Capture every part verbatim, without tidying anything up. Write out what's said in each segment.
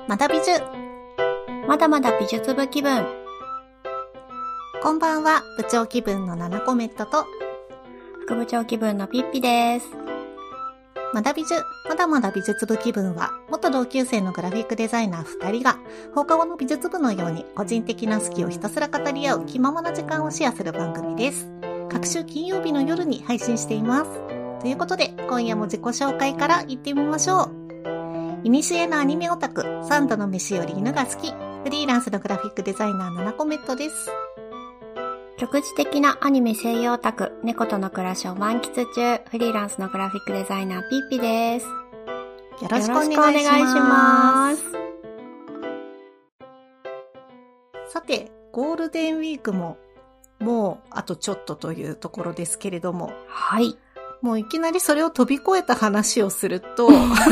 まだ美術まだまだ美術部気分。 こんばんは、部長気分のナナコメットと副部長気分のピッピです。 まだ美術まだまだ美術部気分は、元同級生のグラフィックデザイナーふたりが放課後の美術部のように個人的な好きをひたすら語り合う気ままな時間をシェアする番組です。各週金曜日の夜に配信しています。ということで、今夜も自己紹介から行ってみましょう。いにしえのアニメオタク、三度の飯より犬が好き、フリーランスのグラフィックデザイナーナナコメットです。 局地的なアニメ声優オタク、猫との暮らしを満喫中、フリーランスのグラフィックデザイナーピッピです。 よろしくお願いします。お願いします。さて、ゴールデンウィークももうあとちょっとというところですけれども、 はい。 もういきなりそれを飛び越えた話をすると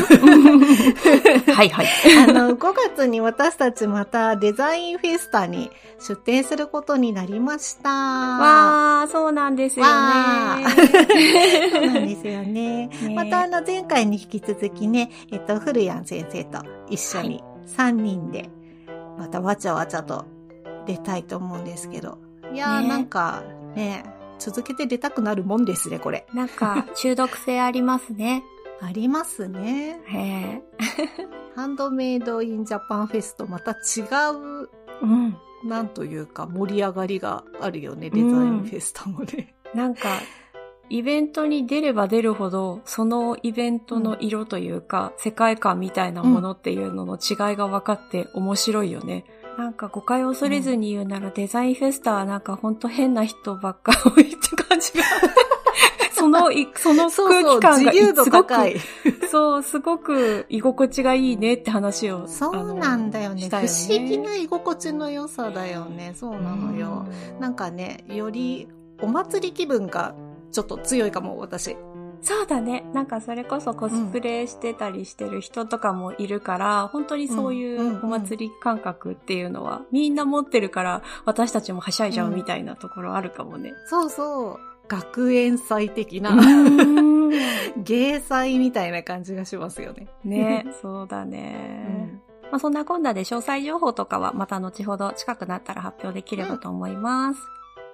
はいはい。 あの、ごがつに私たちまたデザインフェスタに出展することになりました。 わー、そうなんですよね。 そうなんですよね。ねまたあの前回に引き続きね、えっと、古谷先生と一緒にさんにんでまたわちゃわちゃと出たいと思うんですけど。いやー、ね、なんかね、続けて出たくなるもんですね、これ。 なんか、中毒性ありますね。 ありますね。 へハンドメイドインジャパンフェスとまた違う、 うん、 なんというか盛り上がりがあるよね、デザインフェスタもね。 うん、なんか、イベントに出れば出るほど、そのイベントの色というか、うん、世界観みたいなものっていうのの違いが分かって面白いよね。なんか誤解を恐れずに言うなら、うん、デザインフェスタはなんかほんと変な人ばっか多いって感じが。その、その空気感がすごく、そう、すごく居心地がいいねって話を。 そうなんだよね。不思議な居心地の良さだよね。そうなのよ。なんかね、よりお祭り気分がちょっと強いかも、私。 そうだね。なんかそれこそコスプレしてたりしてる人とかもいるから、うん、本当にそういうお祭り感覚っていうのは、みんな持ってるから私たちもはしゃいじゃうみたいなところあるかもね。 うん、そうそう。学園祭的な芸祭みたいな感じがしますよね。 ね、そうだね。うんまあ、そんなこんなで詳細情報とかはまた後ほど近くなったら発表できればと思います。うん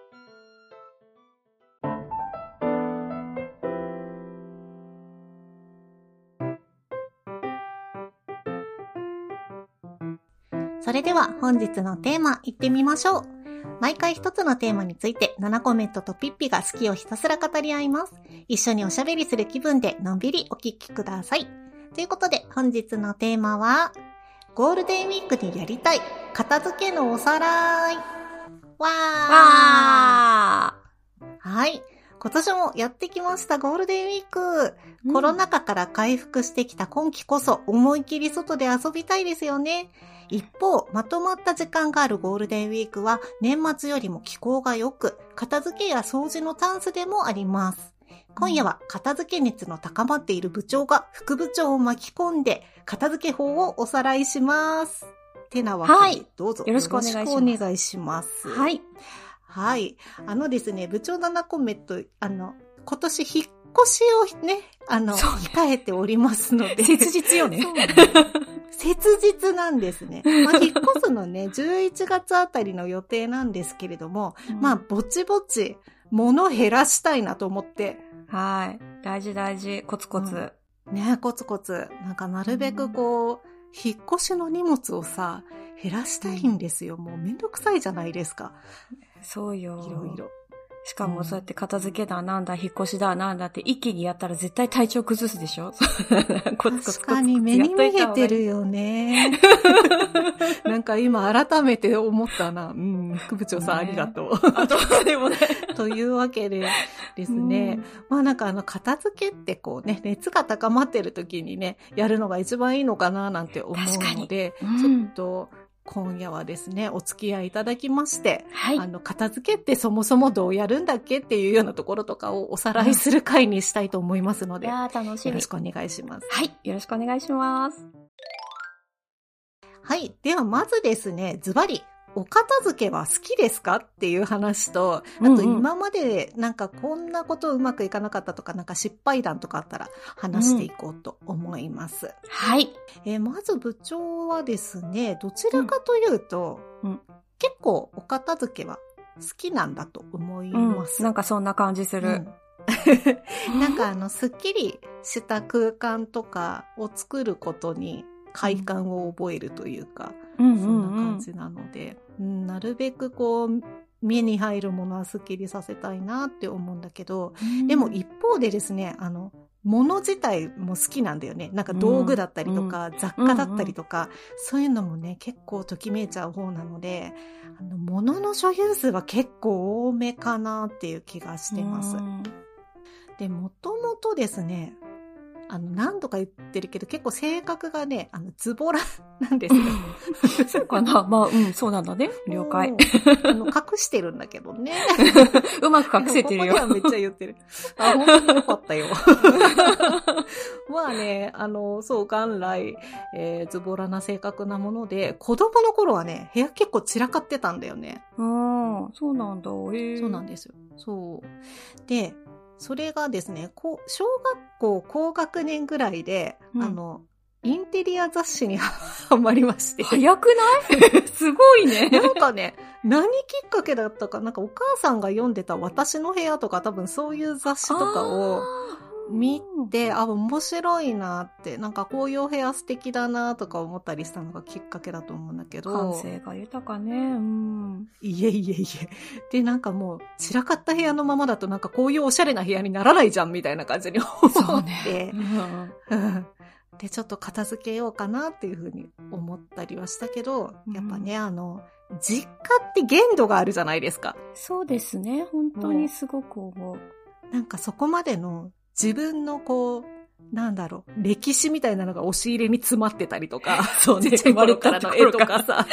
それでは本日のテーマいってみましょう。毎回一つのテーマについてナナコメットとピッピが好きをひたすら語り合います。一緒におしゃべりする気分でのんびりお聞きください。ということで本日のテーマはゴールデンウィークにやりたい片付けのおさらい。わー。 わー。はい。今年もやってきましたゴールデンウィーク、うん、コロナ禍から回復してきた今期こそ思い切り外で遊びたいですよね。一方、まとまった時間があるゴールデンウィークは年末よりも気候が良く、片付けや掃除のチャンスでもあります。今夜は片付け熱の高まっている部長が副部長を巻き込んで片付け法をおさらいします。てなわけで、はい、どうぞよろしくお願いします。よろしくお願いします。 はい。 はい。あのですね、部長ナナコメット、あの、今年引っ越しをね、あの、ね、控えておりますので。 切実よね。 切実なんですね。まあ、引っ越すのね、じゅういちがつあたりの予定なんですけれども、うん、まあ、ぼちぼち、物減らしたいなと思って。 はい。大事大事、コツコツ。 うん、ね、コツコツ。なんかなるべくこう、うん、引っ越しの荷物をさ、減らしたいんですよ。もうめんどくさいじゃないですか。 そうよ。 いろいろ。 しかもそうやって片付けだなんだ、引っ越しだなんだって一気にやったら絶対体調崩すでしょ。 コツコツ確かに目に見えてるよね。なんか今改めて思ったな。うん、副部長さん、ね、ありがとう。 あとでもね。 というわけでですね。まあなんかあの片付けってこうね、熱が高まってる時にね、やるのが一番いいのかななんて思うので、うん、ちょっと、今夜はですね、お付き合いいただきまして、はい、あの、片付けってそもそもどうやるんだっけっていうようなところとかをおさらいする回にしたいと思いますので、 うん、いやー楽しみ。 よろしくお願いします。 はい、よろしくお願いします。 はい、ではまずですね、ズバリ、 お片付けは好きですかっていう話と、あと今までなんかこんなことうまくいかなかったとか、なんか失敗談とかあったら話していこうと思います。 うん、はい。 えー、まず部長はですね、どちらかというと、 うんうん、 結構お片付けは好きなんだと思います。 うん、なんかそんな感じする。 うんなんかあの、すっきりした空間とかを作ることに快感を覚えるというか、 うん、 そんな感じなので、うん、なるべくこう、目に入るものはすっきりさせたいなって思うんだけど、うん、でも一方でですね、あの、物自体も好きなんだよね。なんか道具だったりとか、うん、雑貨だったりとか、うんうん、そういうのもね、結構ときめいちゃう方なので、あの、物の所有数は結構多めかなっていう気がしてます。うんで、もともとですね、あの、何度か言ってるけど、結構性格がね、あの、ズボラなんですよ。 そうかなまあ、うん、そうなんだね。了解。 あの、隠してるんだけどね。 うまく隠せてるよ。 ここではめっちゃ言ってる。あ、本当によかったよ。まあね、あの、そう、元来、えー、ズボラな性格なもので、子供の頃はね、部屋結構散らかってたんだよね。 うん、そうなんだ。へー。 そうなんですよ。そう。で、それがですね、こう小学校高学年ぐらいで、うん、あの、インテリア雑誌にハマりまして。 早くないすごいね。 なんかね、何きっかけだったか、なんかお母さんが読んでた私の部屋とか多分そういう雑誌とかを見て、あ、面白いなって、なんかこういうお部屋素敵だなとか思ったりしたのがきっかけだと思うんだけど。 感性が豊かね。うん。 いえいえいえ。で、なんかもう散らかった部屋のままだとなんかこういうおしゃれな部屋にならないじゃんみたいな感じに思って。そうね。うん、で、ちょっと片付けようかなっていうふうに思ったりはしたけど、やっぱね、うん、あの、実家って限度があるじゃないですか。 そうですね。本当にすごく思う。 なんかそこまでの自分のこう、なんだろう、歴史みたいなのが押し入れに詰まってたりとか、 そうね、 生まれからの絵とかさ。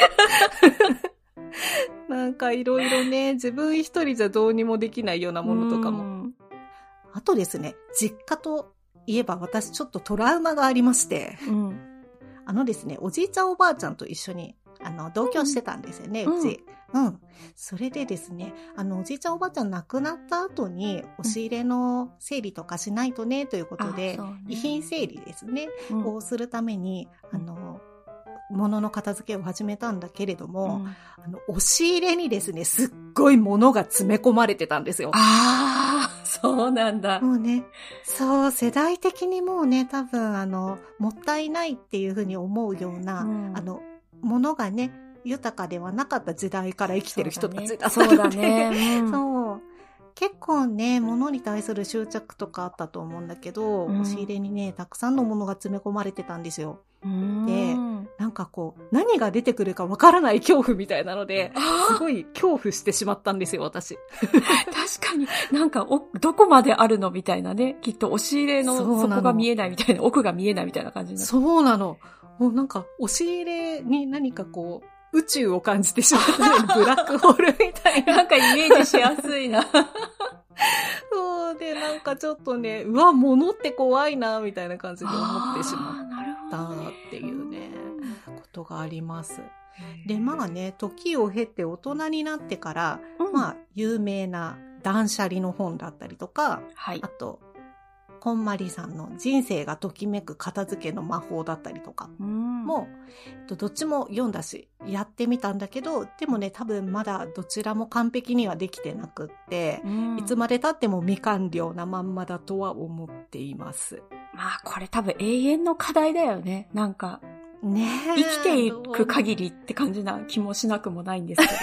なんかいろいろね、自分一人じゃどうにもできないようなものとかも。あとですね、実家といえば私ちょっとトラウマがありまして、うん、あのですね、おじいちゃんおばあちゃんと一緒にあの同居してたんですよね、うん、うち。うん。それでですね、あの、おじいちゃんおばあちゃん亡くなった後に、押し入れの整理とかしないとね、ということで、うんね、遺品整理ですね、うん、をするために、あの、物の片付けを始めたんだけれども、うん、あの、押し入れにですね、すっごい物が詰め込まれてたんですよ。 ああ、そうなんだ。 もうね、そう、世代的にもうね、多分、あの、もったいないっていうふうに思うような、うん、あの、物がね、豊かではなかった時代から生きてる人たちだったので、 そうだね。うん、 そう。結構ね、物に対する執着とかあったと思うんだけど、うん、押し入れにね、たくさんのものが詰め込まれてたんですよ。で、なんかこう、何が出てくるかわからない恐怖みたいなので、すごい恐怖してしまったんですよ、私。 確かに、なんかお、どこまであるのみたいなね、きっと押し入れの底が見えないみたいな、奥が見えないみたいな感じになる。 そうなの。もうなんか、押し入れに何かこう、宇宙を感じてしまったブラックホールみたいな。 なんかイメージしやすいな。 そうで、なんかちょっとね、うわ、物って怖いな、みたいな感じで思ってしまったっていうね、ことがあります。で、まあね、時を経て大人になってから、うん、まあ、有名な断捨離の本だったりとか、はい、あと、こんまりさんの人生がときめく片付けの魔法だったりとかも、うん、どっちも読んだし、やってみたんだけど、でもね、多分まだどちらも完璧にはできてなくって、うん、いつまで経っても未完了なまんまだとは思っています。 まあ、これ多分永遠の課題だよね。なんか、 ねえ、 生きていく限りって感じな気もしなくもないんですけど。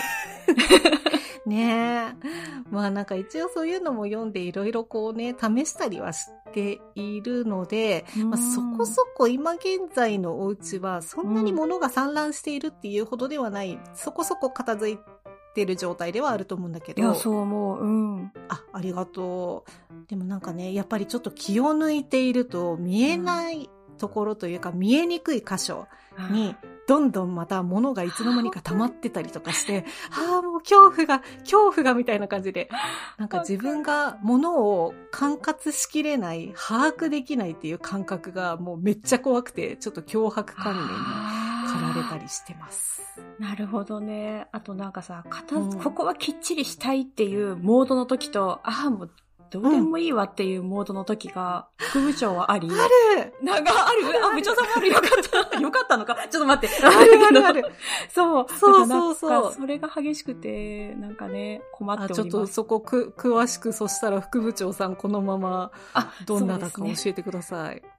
ねえ。まあなんか一応そういうのも読んでいろいろこうね、試したりはしているので、まあ、そこそこ今現在のお家はそんなに物が散乱しているっていうほどではない、うん、そこそこ片付いてる状態ではあると思うんだけど。 いや、そう思う。うん。 あ、ありがとう。でもなんかね、やっぱりちょっと気を抜いていると見えないところというか、うん、見えにくい箇所に、どんどんまた物がいつの間にか溜まってたりとかして、はあ、もう恐怖が、恐怖がみたいな感じで、なんか自分が物を管轄しきれない、把握できないっていう感覚がもうめっちゃ怖くて、ちょっと脅迫観念に駆られたりしてます。 なるほどね。あとなんかさ、片、 うん、 ここはきっちりしたいっていうモードの時と、ああ、もう、どうでもいいわっていうモードの時が、副部長はあり。 あるなんかあるあ、部長さんもある。よかった。よかったのか。ちょっと待って。 あるあるある。 そう。 そうそうそう。 それが激しくて、なんかね、困っております。 あ、ちょっとそこく、詳しく、そしたら副部長さんこのまま、あ、どんなだか教えてください。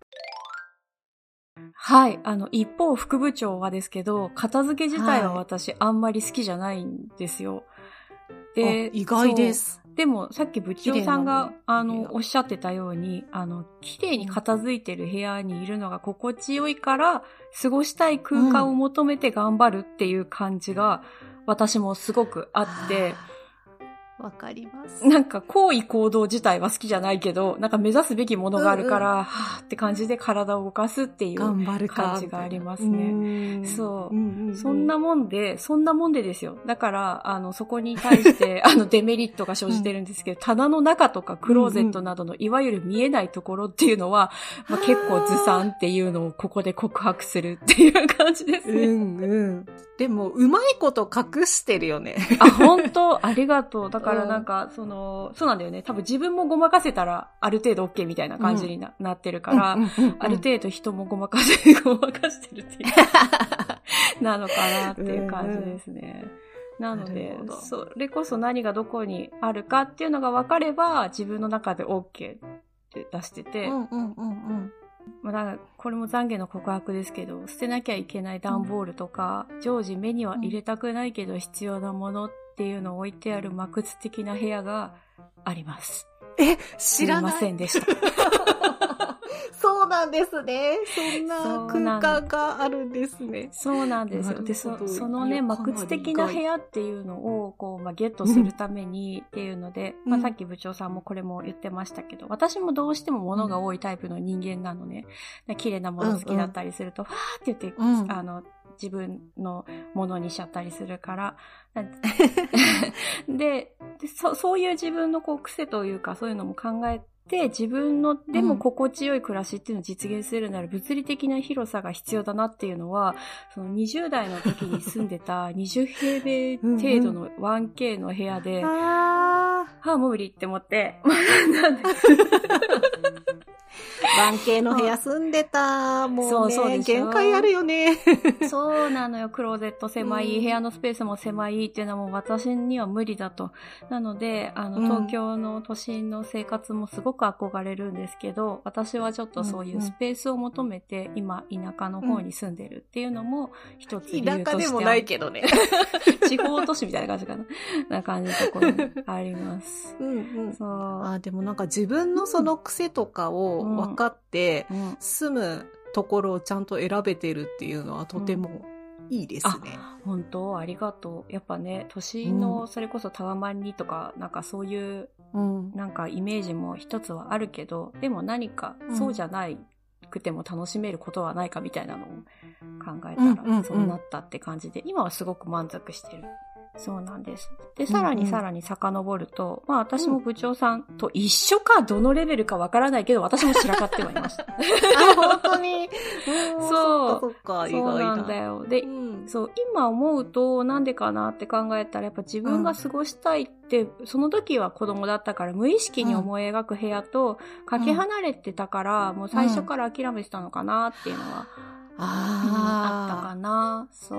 はい。あの、一方、副部長はですけど、片付け自体は私、あんまり好きじゃないんですよ。 で、意外です。 でも、さっき部長さんが、あの、おっしゃってたように、あの、綺麗に片付いてる部屋にいるのが心地よいから、過ごしたい空間を求めて頑張るっていう感じが、私もすごくあって、 わかります。 なんか行為行動自体は好きじゃないけど、なんか目指すべきものがあるから、うんうん、はぁって感じで体を動かすっていう感じがありますね。そう、うんうんうん。そんなもんで、そんなもんでですよ。だから、あの、そこに対して、あの、デメリットが生じてるんですけど、うん、棚の中とかクローゼットなどのいわゆる見えないところっていうのは、まあ、結構ずさんっていうのをここで告白するっていう感じですね。 うんうん。でも、うまいこと隠してるよね。 あ、本当ありがとう。だからなんか、その、そうなんだよね。多分自分もごまかせたら、ある程度 OK みたいな感じに な,、うん、なってるから、うんうんうんうん、ある程度人もごまかせ、ごまかしてるっていう、なのかなっていう感じですね。うんうん、なので、それこそ何がどこにあるかっていうのが分かれば、自分の中で OK って出してて、 うんうんうんうんまあ、だからこれも懺悔の告白ですけど、捨てなきゃいけない段ボールとか、うん、常時目には入れたくないけど必要なものっていうのを置いてある魔窟的な部屋があります。 え、知らない。 すいませんでした。 そうなんですね。そんな空間があるんですね。 そうなんですよ。で、そ、そのね、魔窟的な部屋っていうのを、こう、まあ、ゲットするためにっていうので、うん、まあ、さっき部長さんもこれも言ってましたけど、私もどうしても物が多いタイプの人間なのね。うん、綺麗なもの好きだったりすると、うんうん、ファーって言って、うん、あの、自分のものにしちゃったりするから。ででそ、そういう自分のこう癖というか、そういうのも考えて、自分のでも心地よい暮らしっていうのを実現するなら、物理的な広さが必要だなっていうのは、そのにじゅう代の時に住んでたにじゅうへいべい程度の ワンケー の部屋で、はぁ、もう無理って思って、なんです。 ワンケー の部屋住んでた。もうね、そうそうで限界あるよね。 そうなのよ。クローゼット狭い、うん、部屋のスペースも狭いっていうのはもう私には無理だと。なので、あの、東京の都心の生活もすごく憧れるんですけど、私はちょっとそういうスペースを求めて、うん、今、田舎の方に住んでるっていうのも一つ理由として、 田舎でもないけどね。 地方都市みたいな感じかな。な感じのところにあります。 うんうん。そう。あ、でもなんか自分のその癖とかを分かって、うん、住むところをちゃんと選べてるっていうのはとてもいいですね。 うん、本当ありがとう。やっぱね、都心のそれこそタワマンにとか、なんかそういう、うん、なんかイメージも一つはあるけど、でも何かそうじゃないくても楽しめることはないかみたいなのを考えたら、そうなったって感じで、今はすごく満足してる。そうなんです。で、さらにさらに遡ると、うんうん、まあ私も部長さんと一緒か、どのレベルかわからないけど、私も散らかってはいました。あ、 本当に。 そう。 そっか、意外だ。そうなんだよ。で、うん、そう、今思うと、なんでかなって考えたら、やっぱ自分が過ごしたいって、うん、その時は子供だったから無意識に思い描く部屋と、かけ離れてたから、うん、もう最初から諦めてたのかなっていうのは、うん、あ, あったかな。そう。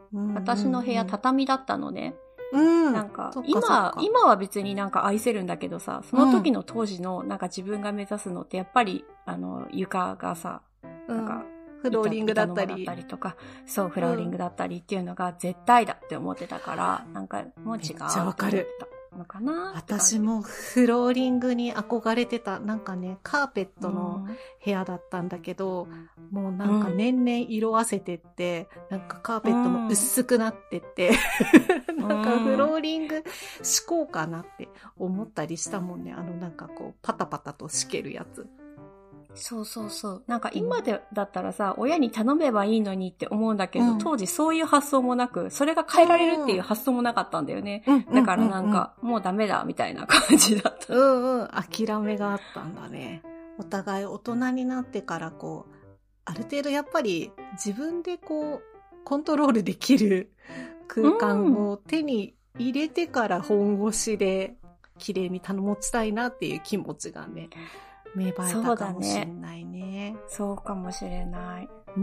私の部屋畳だったのね。うん。なんか、今、今は別になんか愛せるんだけどさ、その時の当時のなんか自分が目指すのってやっぱり、あの、床がさ、なんか、 フローリングだったり。 だったりとか、そう、フローリングだったりっていうのが絶対だって思ってたから、なんかもう違う。めっちゃわかる。 のかな私もフローリングに憧れてた、なんかね、カーペットの部屋だったんだけど、うん、もうなんか年々色あせてって、うん、なんかカーペットも薄くなってって、うん、なんかフローリング敷こうかなって思ったりしたもんね。あのなんかこうパタパタと敷けるやつ。 そうそうそう。なんか今でだったらさ、親に頼めばいいのにって思うんだけど、うん、当時そういう発想もなく、それが変えられるっていう発想もなかったんだよね。うん、だからなんか、うんうんうん、もうダメだみたいな感じだった。 うんうん。諦めがあったんだね。お互い大人になってからこう、ある程度やっぱり自分でこう、 コントロールできる空間を手に入れてから本腰で綺麗に保ちたいなっていう気持ちがね、芽生えたかもしれないね。 そうかもしれない。 うん。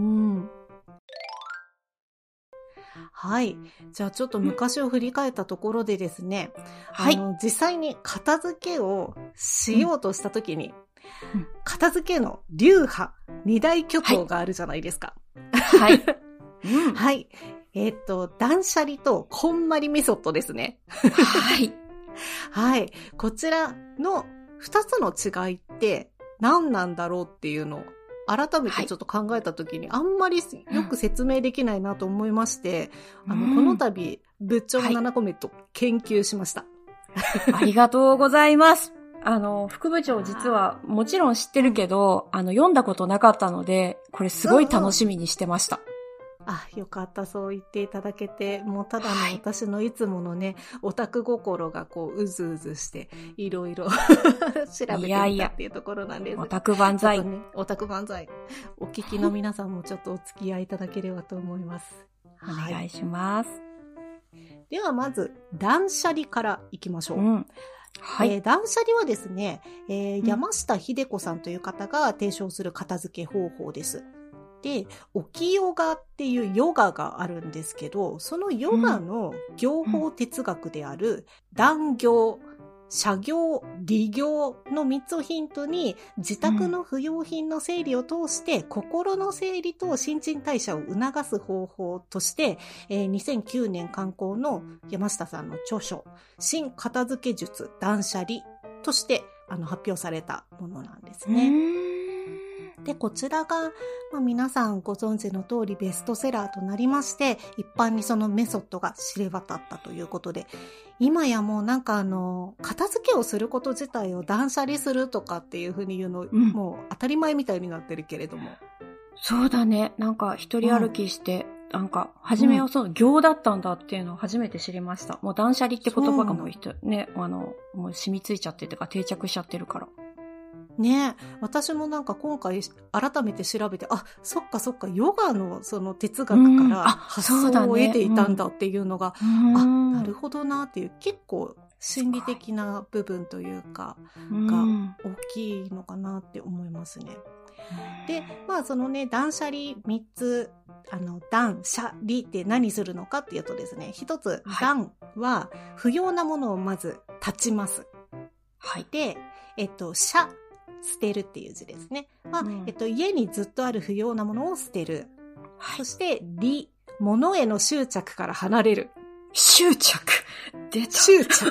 はい。じゃあちょっと昔を振り返ったところでですね、 はい、 あの実際に片付けをしようとしたときに、うん、片付けの流派、二大巨頭があるじゃないですか。 はい。 うん、はい。えっと、断捨離とこんまりメソッドですね。 はい。 はい。こちらの二つの違いって何なんだろうっていうのを改めてちょっと考えたときに、はい、あんまりよく説明できないなと思いまして、うん、あの、この度、部長のななコメント研究しました。 はい、ありがとうございます。あの、副部長実はもちろん知ってるけど、あの、読んだことなかったので、これすごい楽しみにしてました。 うんうん、あ、よかった。そう言っていただけて、もうただの私のいつものね、オタク心がこう、うずうずして、いろいろ調べてみたっていうところなんです。 オタク万歳。 ね、オタク万歳。お聞きの皆さんもちょっとお付き合いいただければと思います。 お願いします。 ではまず、断捨離からいきましょう。 うんはい。 えー、断捨離はですね、えー、山下秀子さんという方が提唱する片付け方法です。で、置ヨガっていうヨガがあるんですけど、そのヨガの行法哲学である断行、写行、理行のみっつをヒントに、自宅の不要品の整理を通して、心の整理と新陳代謝を促す方法として、えー、にせんきゅうねん刊行の山下さんの著書、新片付け術断捨離としてあの発表されたものなんですね。で、こちらが、まあ、皆さんご存知の通りベストセラーとなりまして、一般にそのメソッドが知れ渡ったということで、今やもうなんかあの、片付けをすること自体を断捨離するとかっていうふうに言うの、うん、もう当たり前みたいになってるけれども。 そうだね。なんか一人歩きして、うん、なんか、初めはその行だったんだっていうのを初めて知りました。もう断捨離って言葉がもう人、ね、あの、もう染みついちゃってるか定着しちゃってるから。 ねえ、私もなんか今回改めて調べて、あ、そっかそっか、ヨガのその哲学から発想を得ていたんだっていうのが、うんあ、なるほどなっていう、結構心理的な部分というか、が大きいのかなって思いますね。で、まあそのね、断捨離みっつ、あの、断捨離って何するのかっていうとですね、一つ、はい、断は不要なものをまず断ちます。はい。で、えっと、捨捨てるっていう字ですね。まあ、うん、えっと、家にずっとある不要なものを捨てる。はい、そして、離、物への執着から離れる。 執着出た。 執着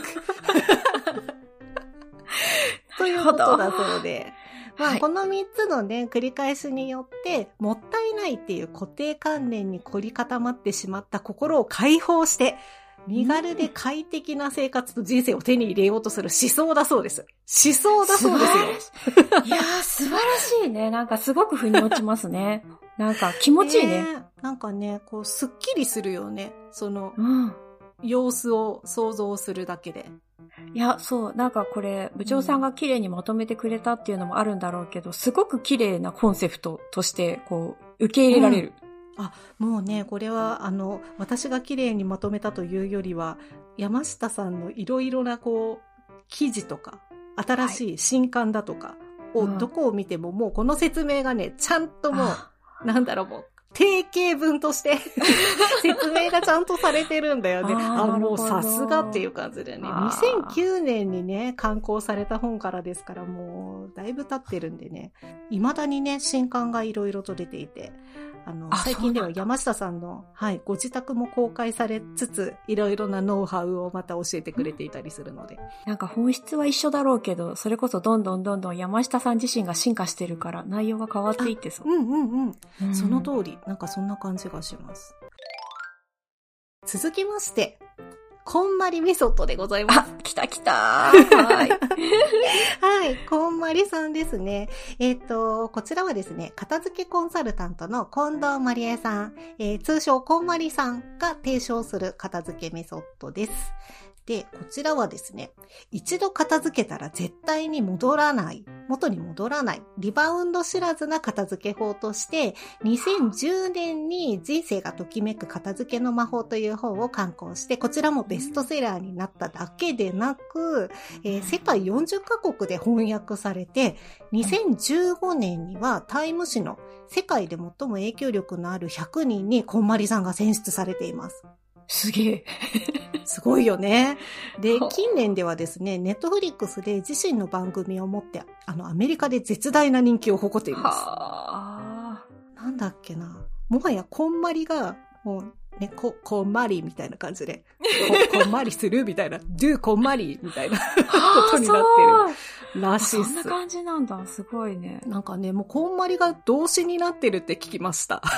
ということだそうで。まあ、はい、このみっつのね、繰り返しによって、もったいないっていう固定観念に凝り固まってしまった心を解放して、身軽で快適な生活と人生を手に入れようとする思想だそうです。思想だそうですよ。 いやー、素晴らしいね。なんかすごく腑に落ちますね。なんか気持ちいいね。 ねなんかね、こう、すっきりするよね。その、うん、様子を想像するだけで。 いや、そう、なんかこれ、部長さんが綺麗にまとめてくれたっていうのもあるんだろうけど、すごく綺麗なコンセプトとして、こう、受け入れられる。うんあ、もうね、これは、あの、私が綺麗にまとめたというよりは、山下さんのいろいろな、こう、記事とか、新しい新刊だとかを、どこを見ても、もうこの説明がね、ちゃんともう、なんだろう、もう、定型文として説明がちゃんとされてるんだよね。ああ、もうさすがっていう感じでね。にせんきゅうねんにね、刊行された本からですから、もう、だいぶ経ってるんでね。未だにね、新刊がいろいろと出ていて、あの、最近では山下さんの、はい、ご自宅も公開されつつ、いろいろなノウハウをまた教えてくれていたりするので。 なんか本質は一緒だろうけど、それこそどんどんどんどん山下さん自身が進化してるから、内容が変わっていってそう。 うんうんうん。うん、その通り、なんかそんな感じがします。続きまして、こんまりメソッドでございます。あ、 来た来たはい。 はい、こんまりさんですね。えっと、こちらはですね、片付けコンサルタントの近藤まりえさん、えー、通称こんまりさんが提唱する片付けメソッドです。 で、こちらはですね、一度片付けたら絶対に戻らない、元に戻らない、リバウンド知らずな片付け法として、にせんじゅうねんに人生がときめく片付けの魔法という本を刊行して、こちらもベストセラーになっただけでなく、えー、世界よんじゅっかこくで翻訳されて、にせんじゅうごねんにはタイム誌の世界で最も影響力のあるひゃくにんにこんまりさんが選出されています。 すげえ。 すごいよね。で、近年ではですね、ネットフリックスで自身の番組を持って、あの、アメリカで絶大な人気を誇っています。はあ。なんだっけな。もはやこんまりが、もうね、こ、こんまりみたいな感じで、こ、こんまりするみたいな、do こんまりみたいなことになってるらしいっす。 そんな感じなんだ。すごいね。 なんかね、もうこんまりが動詞になってるって聞きました。は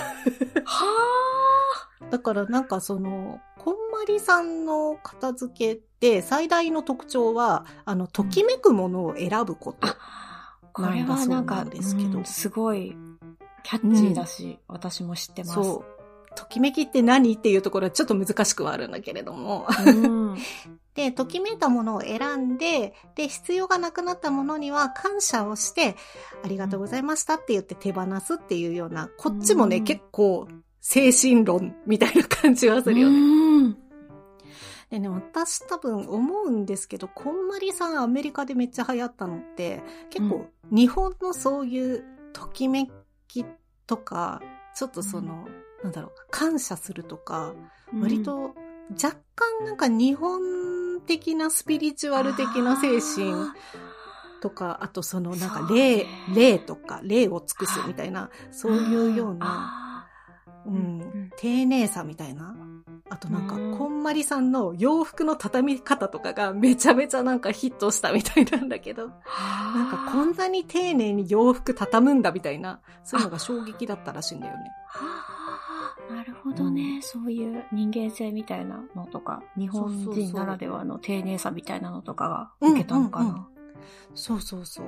あ。だからなんかその、こんまりさんの片付けって最大の特徴は、あの、ときめくものを選ぶことなんだそうなんですけど。 これはなんか、うん、すごいキャッチーだし、うん、私も知ってます。 そう。ときめきって何っていうところはちょっと難しくはあるんだけれども。うん、で、ときめいたものを選んで、で、必要がなくなったものには感謝をして、ありがとうございましたって言って手放すっていうような、こっちもね、うん、結構、精神論みたいな感じはするよね。うんでね、私多分思うんですけど、こんまりさんアメリカでめっちゃ流行ったのって、結構日本のそういうときめきとか、ちょっとその、うん、なんだろう、感謝するとか、割と若干なんか日本的なスピリチュアル的な精神とか、あとそのなんか礼、礼とか、礼を尽くすみたいな、そういうような、うん、丁寧さみたいな。あとなんか、こんまりさんの洋服の畳み方とかがめちゃめちゃなんかヒットしたみたいなんだけど、なんかこんなに丁寧に洋服畳むんだみたいな、そういうのが衝撃だったらしいんだよね。 はあ、なるほどね、うん。そういう人間性みたいなのとか、日本人ならではの丁寧さみたいなのとかが受けたのかな。うんうんうん、 そうそうそう。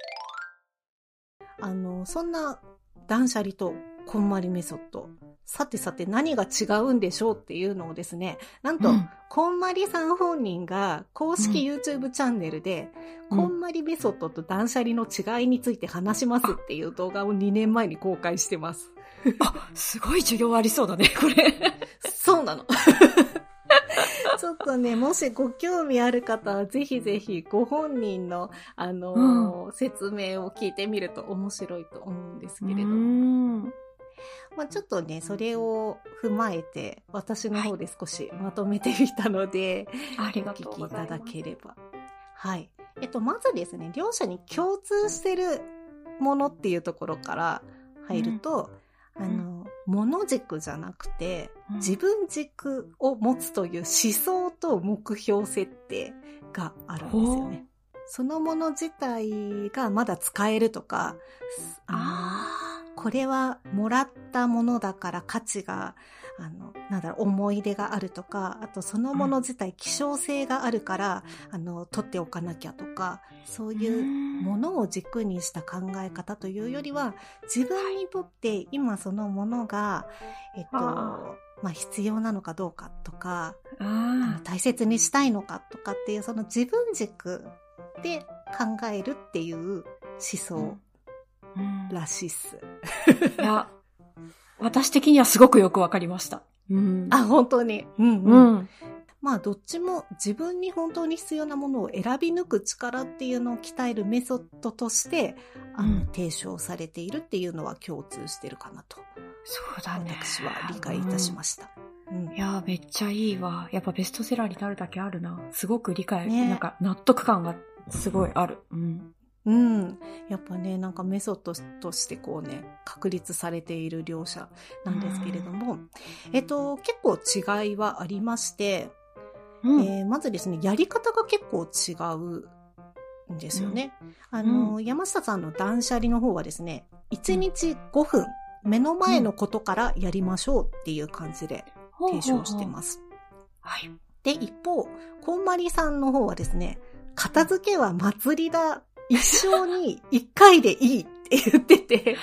あの、そんな断捨離とこんまりメソッド。さてさて何が違うんでしょうっていうのをですね、なんと、うん、こんまりさん本人が公式 YouTube チャンネルで、うん、こんまりメソッドと断捨離の違いについて話しますっていう動画をにねんまえに公開してます。 あ、すごい需要ありそうだね、これ。 そうなの。ちょっとね、もしご興味ある方はぜひぜひご本人の、あのーうん、説明を聞いてみると面白いと思うんですけれども。うんまあ、ちょっとね、それを踏まえて、私の方で少しまとめてみたので、はい、お聞きいただければ。はい。えっと、まずですね、両者に共通してるものっていうところから入ると、うん、あの、物軸じゃなくて、うん、自分軸を持つという思想と目標設定があるんですよね。そのもの自体がまだ使えるとか、あのこれはもらったものだから価値が、あの、なんだろう、思い出があるとか、あとそのもの自体希少性があるから、あの、取っておかなきゃとか、そういうものを軸にした考え方というよりは、自分にとって今そのものが、えっと、まあ、必要なのかどうかとか、あの大切にしたいのかとかっていう、その自分軸で考えるっていう思想。うん、らしいっす。 いや、私的にはすごくよくわかりました。 うん、あ、本当に。うんうん。うん、まあ、どっちも自分に本当に必要なものを選び抜く力っていうのを鍛えるメソッドとして、あの、うん、提唱されているっていうのは共通してるかなと。 そうだね。 私は理解いたしました。 うんうん、いや、めっちゃいいわ。やっぱベストセラーになるだけあるな。すごく理解、ね、なんか納得感がすごいある。うんうん。やっぱね、なんかメソッドとしてこうね、確立されている両者なんですけれども、えっと、結構違いはありまして、うん、えー、まずですね、やり方が結構違うんですよね。うん、あの、うん、山下さんの断捨離の方はですね、いちにちごふん、目の前のことからやりましょうっていう感じで提唱してます。 はい。 で、一方、こんまりさんの方はですね、片付けは祭りだ。一生に一回でいいって言ってて、へー、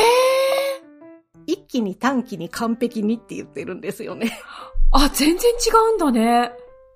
一気に短期に完璧にって言ってるんですよね。 あ、全然違うんだね。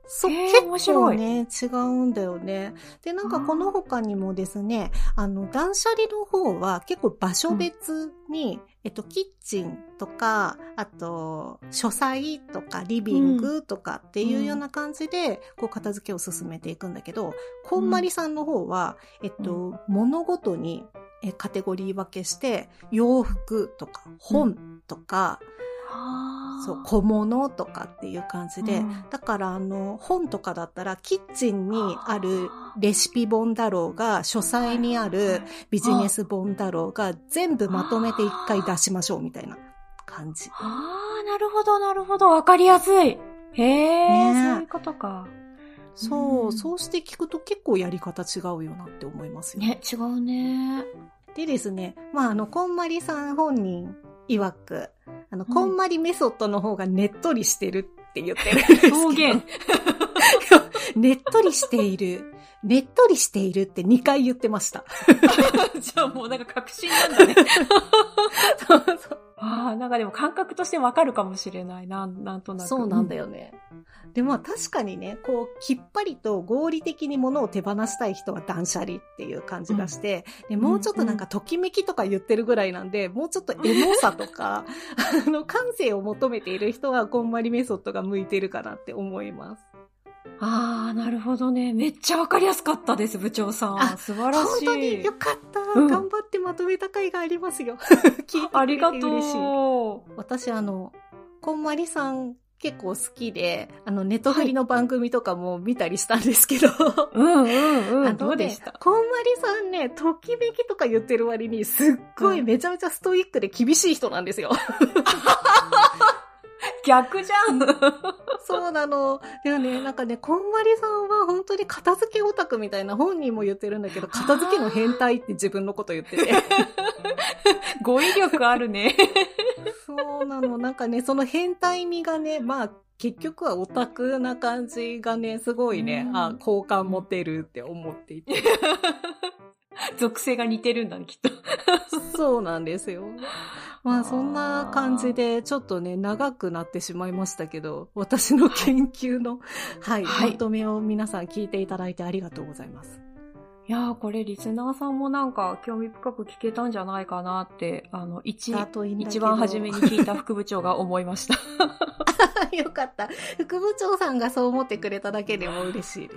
そう、 へー結構ね、違うんだよね。で、なんかこの他にもですね、あの、断捨離の方は結構場所別に、うん、えっと、キッチンとか、あと、書斎とか、リビングとかっていうような感じで、こう、片付けを進めていくんだけど、こんまりさんの方は、えっと、うん、物ごとにえカテゴリー分けして、洋服とか、本とか、うん、そう、小物とかっていう感じで、うん、だからあの、本とかだったら、キッチンにあるレシピ本だろうが、書斎にあるビジネス本だろうが、全部まとめて一回出しましょうみたいな感じ。 ああ、なるほど、なるほど。わかりやすい。へえ、ね、そういうことか。 そう、うん、そうして聞くと結構やり方違うよなって思いますよね。 ね、違うね。 でですね、まああの、こんまりさん本人曰く、あの、こんまりメソッドの方がねっとりしてるって言ってるんですけど。 表現ねっとりしている。ねっとりしているってにかい言ってました。 じゃあもうなんか確信なんだね。 そうそう。 ああ、なんかでも感覚としてわかるかもしれない。なん、なんとなく。 そうなんだよね。で、まあ確かにね、こう、きっぱりと合理的に物を手放したい人は断捨離っていう感じがして、うん、でもうちょっとなんかときめきとか言ってるぐらいなんで、うんうん、もうちょっとエモさとか、あの、感性を求めている人はこんまりメソッドが向いてるかなって思います。 ああ、なるほどね。めっちゃわかりやすかったです、部長さん。素晴らしい。 本当によかった。うん、頑張ってまとめた回がありますよ。聞いてくれて嬉しい。 ありがとう。 私、あの、こんまりさん結構好きで、あの、ネトフリの番組とかも見たりしたんですけど。 うんうんうん。 どうでした？こんまりさんね、ときめきとか言ってる割に、すっごいめちゃめちゃストイックで厳しい人なんですよ。 逆じゃん。 そうなの。でもね、なんかね、こんまりさんは本当に片付けオタクみたいな本人も言ってるんだけど、片付けの変態って自分のこと言ってて。 語彙力あるね。 そうなの。なんかね、その変態味がね、まあ、結局はオタクな感じがね、すごいね、あ、好感持てるって思っていて。 属性が似てるんだね、きっと。 そうなんですよ。まあそんな感じでちょっとね長くなってしまいましたけど、私の研究の、はい、はい、まとめを皆さん聞いていただいてありがとうございます。 いやー、これリスナーさんもなんか興味深く聞けたんじゃないかなって、あの、一、一番初めに聞いた副部長が思いました。 よかった。副部長さんがそう思ってくれただけでも嬉しいです。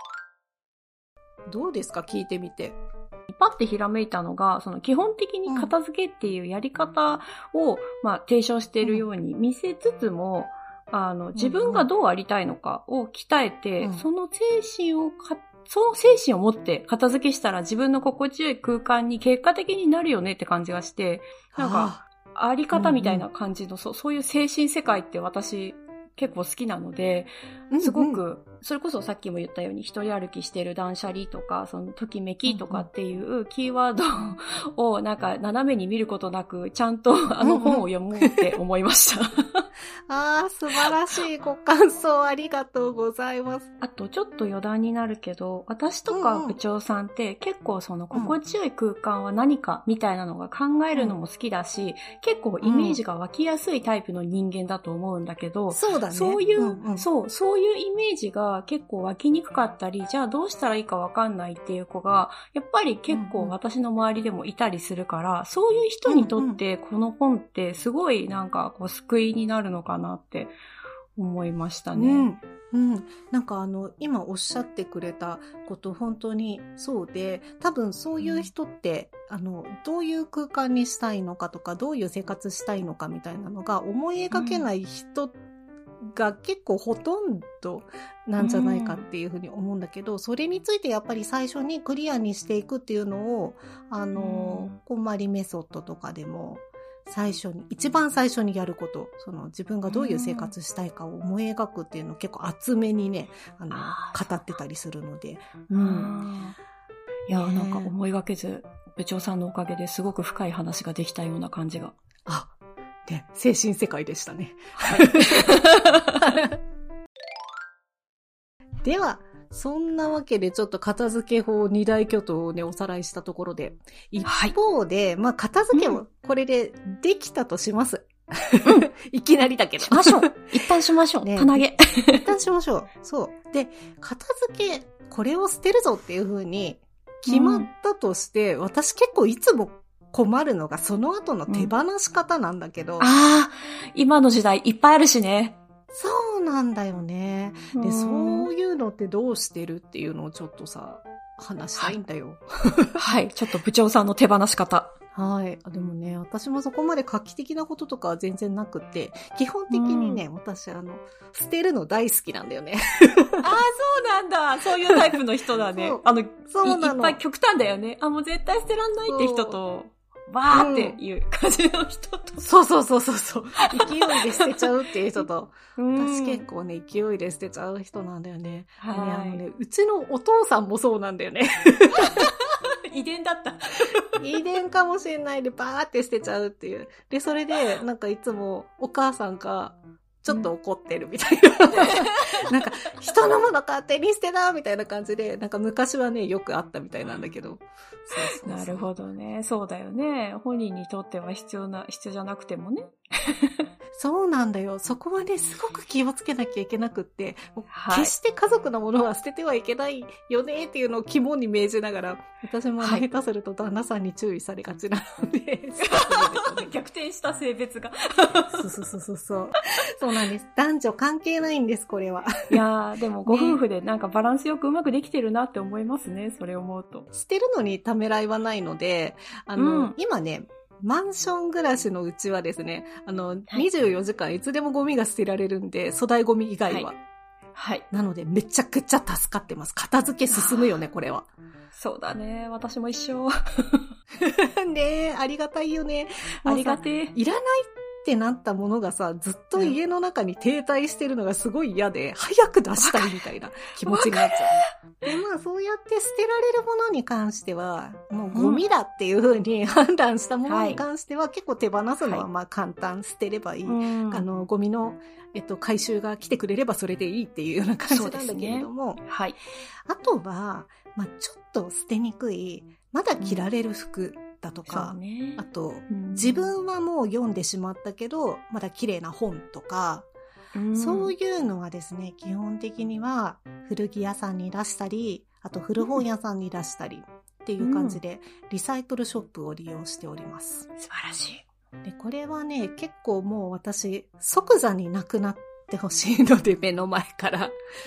どうですか、聞いてみて。 パッてひらめいたのが、その基本的に片付けっていうやり方を、うん、まあ提唱しているように見せつつも、うん、あの、自分がどうありたいのかを鍛えて、うん、その精神をか、その精神を持って片付けしたら自分の心地よい空間に結果的になるよねって感じがして、なんか、あり方みたいな感じの、うんうん、そう、そういう精神世界って私、結構好きなので、すごく、うんうん、それこそさっきも言ったように一人歩きしてる断捨離とか、そのときめきとかっていうキーワードをなんか斜めに見ることなく、ちゃんとあの本を読もうって思いました。 ああ、素晴らしいご感想ありがとうございます。 あとちょっと余談になるけど、私とか部長さんって結構その心地よい空間は何かみたいなのが考えるのも好きだし、うん、結構イメージが湧きやすいタイプの人間だと思うんだけど、 そうだね。 そういう、 うんうん、 そう、そういうイメージが結構湧きにくかったり、じゃあどうしたらいいかわかんないっていう子が、やっぱり結構私の周りでもいたりするから、うんうん、そういう人にとってこの本ってすごいなんかこう救いになるのかなって思いましたね。 うん。うん。なんかあの、今おっしゃってくれたこと本当にそうで、多分そういう人って、うん、あの、どういう空間にしたいのかとか、どういう生活したいのかみたいなのが思い描けない人が結構ほとんどなんじゃないかっていうふうに思うんだけど、うん、それについてやっぱり最初にクリアにしていくっていうのを、あの、うん、こんまりメソッドとかでも、最初に、一番最初にやること、その自分がどういう生活したいかを思い描くっていうのを結構厚めにね、あの、語ってたりするので。うん。 いや、ね、なんか思いがけず、部長さんのおかげですごく深い話ができたような感じが。 あ、ね、精神世界でしたね。はい。では、そんなわけでちょっと片付け法二大巨頭をね、おさらいしたところで。一方で、はい、まあ片付けをこれでできたとします。 いきなりだけど。 しましょう。一旦しましょう。 ね棚げ。 一旦しましょう。そう。で、片付け、これを捨てるぞっていう風に決まったとして、うん、私結構いつも困るのがその後の手放し方なんだけど。うん、 ああ、今の時代いっぱいあるしね。 そうなんだよね。で、そういうのってどうしてるっていうのをちょっとさ、話したいんだよ。 はい。ちょっと部長さんの手放し方。 はい。でもね、私もそこまで画期的なこととかは全然なくて、基本的にね、うん、私あの、捨てるの大好きなんだよね。 ああ、そうなんだ。そういうタイプの人だね。あの、そうなの。いっぱい極端だよね。あ、もう絶対捨てらんないって人と、バーっていう感じの人と。 そうそうそうそうそう。勢いで捨てちゃうっていう人と。私結構ね、勢いで捨てちゃう人なんだよね。はい。あのね、うちのお父さんもそうなんだよね。 遺伝だった。 遺伝かもしれないでバーって捨てちゃうっていう。で、それで、なんかいつもお母さんが、ちょっと怒ってるみたいな。うん、なんか、人のもの勝手に捨てたみたいな感じで、なんか昔はね、よくあったみたいなんだけど。そうそうそう。 なるほどね。そうだよね。本人にとっては必要な、必要じゃなくてもね。 そうなんだよ。そこはね、すごく気をつけなきゃいけなくって、はい、決して家族のものは捨ててはいけないよねっていうのを肝に銘じながら、私も、ねはい、下手すると旦那さんに注意されがちなので。 逆転した性別が。 そうそうそうそうそう。そうなんです。男女関係ないんです、これは。 いやー、でもご夫婦でなんかバランスよくうまくできてるなって思いますね、それを思うと。 捨てるのにためらいはないので、あの、うん、今ね、マンション暮らしのうちはですね、あの、はい、にじゅうよじかんいつでもゴミが捨てられるんで、粗大ゴミ以外は。はい。はい、なので、めちゃくちゃ助かってます。片付け進むよね、これは。 そうだね。私も一緒。 ねえ、ありがたいよね。 ありがてえ。 いらないってなったものがさ、ずっと家の中に停滞してるのがすごい嫌で、うん、早く出したいみたいな気持ちになっちゃう。で、まあそうやって捨てられるものに関しては、もうゴミだっていう風に判断したものに関しては、うん、結構手放すのはまあ簡単、はい、捨てればいい。うん、あの、ゴミの、えっと、回収が来てくれればそれでいいっていうような感じなんだけれども、ね、はい。あとは、まあちょっと捨てにくい、まだ着られる服だとか、うんね、あと、うん、自分はもう読んでしまったけど、まだ綺麗な本とか、うん、そういうのはですね、基本的には古着屋さんに出したり、あと古本屋さんに出したりっていう感じで、リサイクルショップを利用しております。 素晴らしい。 で、これはね、結構もう私、即座になくなってほしいので、目の前から。うん。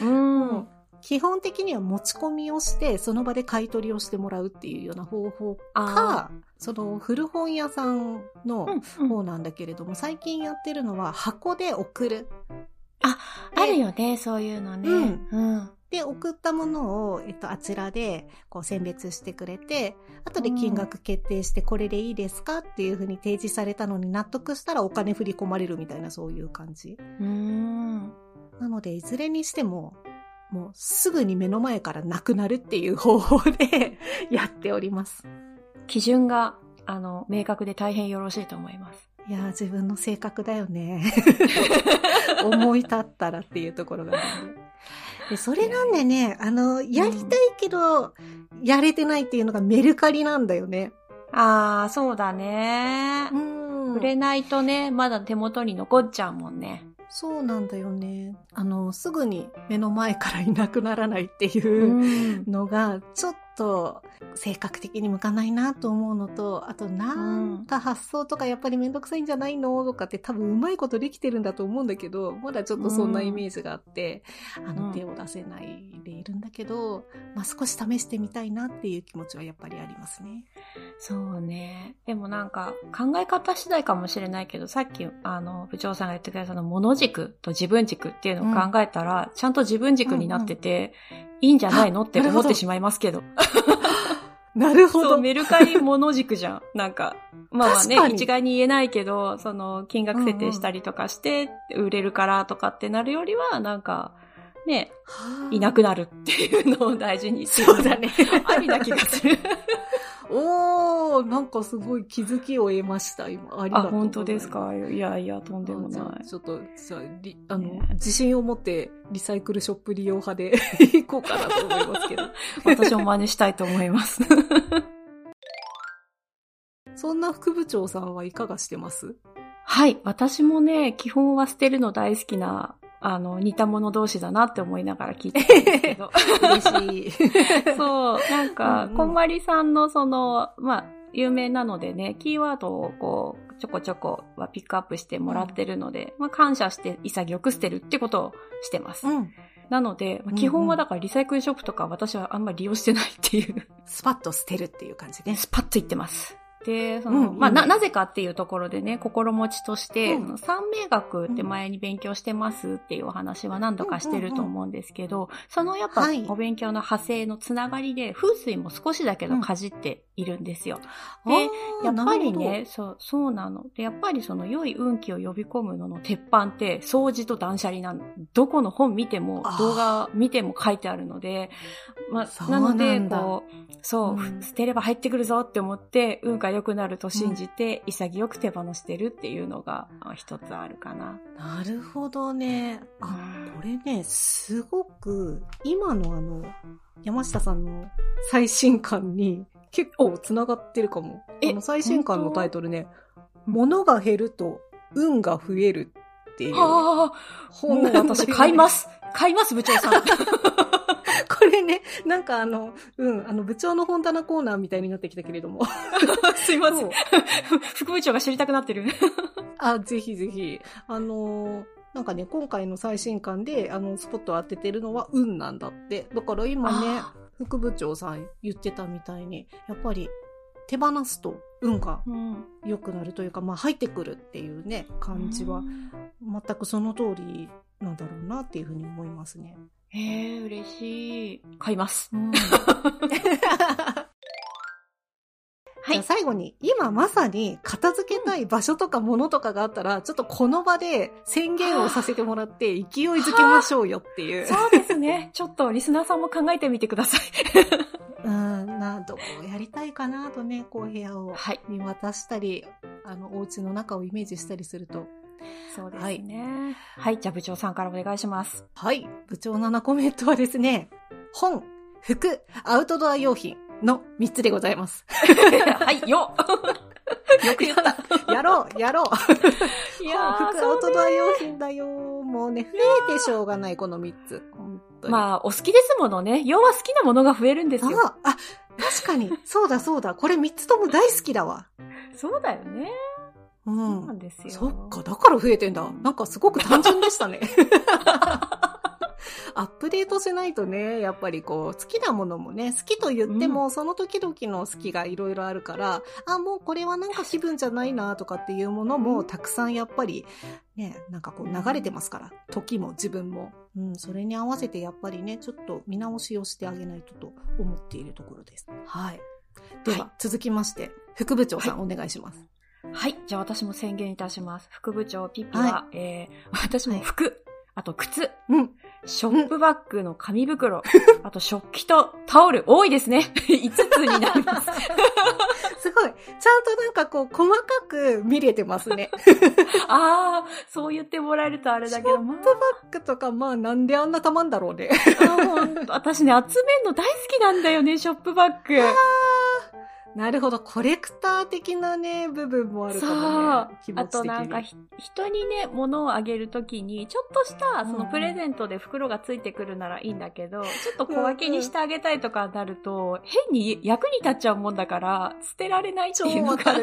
基本的には持ち込みをして、その場で買い取りをしてもらうっていうような方法か、その古本屋さんの方なんだけれども、うんうん、最近やってるのは箱で送る。 あ、あるよね、そういうのね。うん。うん、 で、送ったものを、えっと、あちらで、こう、選別してくれて、後で金額決定して、これでいいですかっていうふうに提示されたのに納得したらお金振り込まれるみたいな、そういう感じ。うーん。なので、いずれにしても、もうすぐに目の前からなくなるっていう方法でやっております。 基準が、あの、明確で大変よろしいと思います。 いやー、自分の性格だよね。思い立ったらっていうところがある。で、それなんでね、あの、やりたいけど、うん、やれてないっていうのがメルカリなんだよね。 ああ、そうだね。うん。売れないとね、まだ手元に残っちゃうもんね。 そうなんだよね。あの、すぐに目の前からいなくならないっていうのが、ちょっと性格的に向かないなと思うのと、あとなんか発想とかやっぱりめんどくさいんじゃないのとかって多分うまいことできてるんだと思うんだけど、まだちょっとそんなイメージがあって、あの、手を出せないでいるんだけど、まあ少し試してみたいなっていう気持ちはやっぱりありますね。 そうね。でもなんか考え方次第かもしれないけど、さっきあの部長さんが言ってくれたその物軸と自分軸っていうのを考えたら、うん、ちゃんと自分軸になってて、うんうん、いいんじゃないのって思ってしまいますけど。 なるほど。 そう、メルカリ物軸じゃん。なんか、まあまあね、一概に言えないけど、その金額設定したりとかして、売れるからとかってなるよりは、なんか、ね、いなくなるっていうのを大事にしようだね。ありな気がする。 おー、なんかすごい気づきを得ました、今。ありがとうございます。あ、 本当ですか。いやいや、とんでもない。 ちょっと、じゃあ、あの、ね、自信を持ってリサイクルショップ利用派で行こうかなと思いますけど。 私も真似したいと思います。 そんな副部長さんはいかがしてます？ はい。私もね、基本は捨てるの大好きな、あの、似た者同士だなって思いながら聞いてたんですけど。 嬉しい。 そう。なんか、 うんうん、 こんまりさんのその、まあ、有名なのでね、キーワードをこう、ちょこちょこはピックアップしてもらってるので、うん、まあ、感謝して潔く捨てるってことをしてます。うん、なので、まあ、基本はだからリサイクルショップとか私はあんまり利用してないっていう。 スパッと捨てるっていう感じね。 スパッと言ってます。で、その、うんうん、まあ、な、なぜかっていうところでね、心持ちとして、うん、その三名学って前に勉強してますっていうお話は何度かしてると思うんですけど、うんうんうん、そのやっぱお勉強の派生のつながりで、風水も少しだけどかじっているんですよ。うん、で、やっぱりね、そう、そうなの。で、やっぱりその良い運気を呼び込むのの鉄板って、掃除と断捨離なの。どこの本見ても、動画見ても書いてあるので、まあ、なので、こう、そう、うん、捨てれば入ってくるぞって思って、運が良くなると信じて、うん、潔く手放してるっていうのが一つあるかな。 なるほどね。あ、これね、すごく、今のあの、山下さんの最新刊に結構繋がってるかも。あの最新刊のタイトルね、物が減ると運が増えるっていう本なんだよね。私買います。買います、部長さん。 これね、なんかあの、うん、あの部長の本棚コーナーみたいになってきたけれども。 すいません。副部長が知りたくなってる。 あ、ぜひぜひ。あのー、なんかね、今回の最新刊で、あの、スポットを当ててるのは運なんだって。だから今ね、副部長さん言ってたみたいに、やっぱり手放すと運が良くなるというか、うん、まあ入ってくるっていうね、感じは、全くその通りなんだろうなっていうふうに思いますね。 へえ、嬉しい。買います。うんはい、じゃあ最後に、今まさに片付けたい場所とか物とかがあったら、ちょっとこの場で宣言をさせてもらって勢いづけましょうよっていう。 そうですね。ちょっとリスナーさんも考えてみてください。 うん、な、どうやりたいかなとね、こう部屋を見渡したり、はい、あの、お家の中をイメージしたりすると。 そうですね。はい、はい、じゃあ部長さんからお願いします。 はい、部長のなコメントはですね、本、服、アウトドア用品のみっつでございます。 はい、よよく言った。 やろう、やろう。 いやー、服、アウトドア用品だよ。もうね、増えてしょうがない、このみっつ。本当に。 まあ、お好きですものね。要は好きなものが増えるんですよ。 あ、あ、確かに。そうだそうだ。これみっつとも大好きだわ。 そうだよね。 うん。 そうなんですよ。 そっか、だから増えてんだ。なんかすごく単純でしたね。アップデートしないとね、やっぱりこう、好きなものもね、好きと言っても、うん、その時々の好きがいろいろあるから、あ、もうこれはなんか気分じゃないなとかっていうものもたくさんやっぱり、ね、なんかこう流れてますから、時も自分も。うん、それに合わせてやっぱりね、ちょっと見直しをしてあげないとと思っているところです。はい。では、はい、続きまして、副部長さん、はい、お願いします。 はい。じゃあ私も宣言いたします。副部長ピピは、はい、えー、私も服、はい、あと靴、 うん、 ショップバッグの紙袋、うん、あと食器とタオル、多いですね。いつつになります。 すごい。ちゃんとなんかこう、細かく見れてますね。 ああ、そう言ってもらえるとあれだけど、 ショップバッグとか、まあなんであんなたまんだろうね。 あほんと私ね、集めんの大好きなんだよね、ショップバッグ。 なるほど。コレクター的なね、部分もあるかもね。気持ち的に。 あとなんか、人にね、物をあげるときに、ちょっとした、そのプレゼントで袋がついてくるならいいんだけど、うん、ちょっと小分けにしてあげたいとかなると、変に役に立っちゃうもんだから、捨てられないっていうのがあって。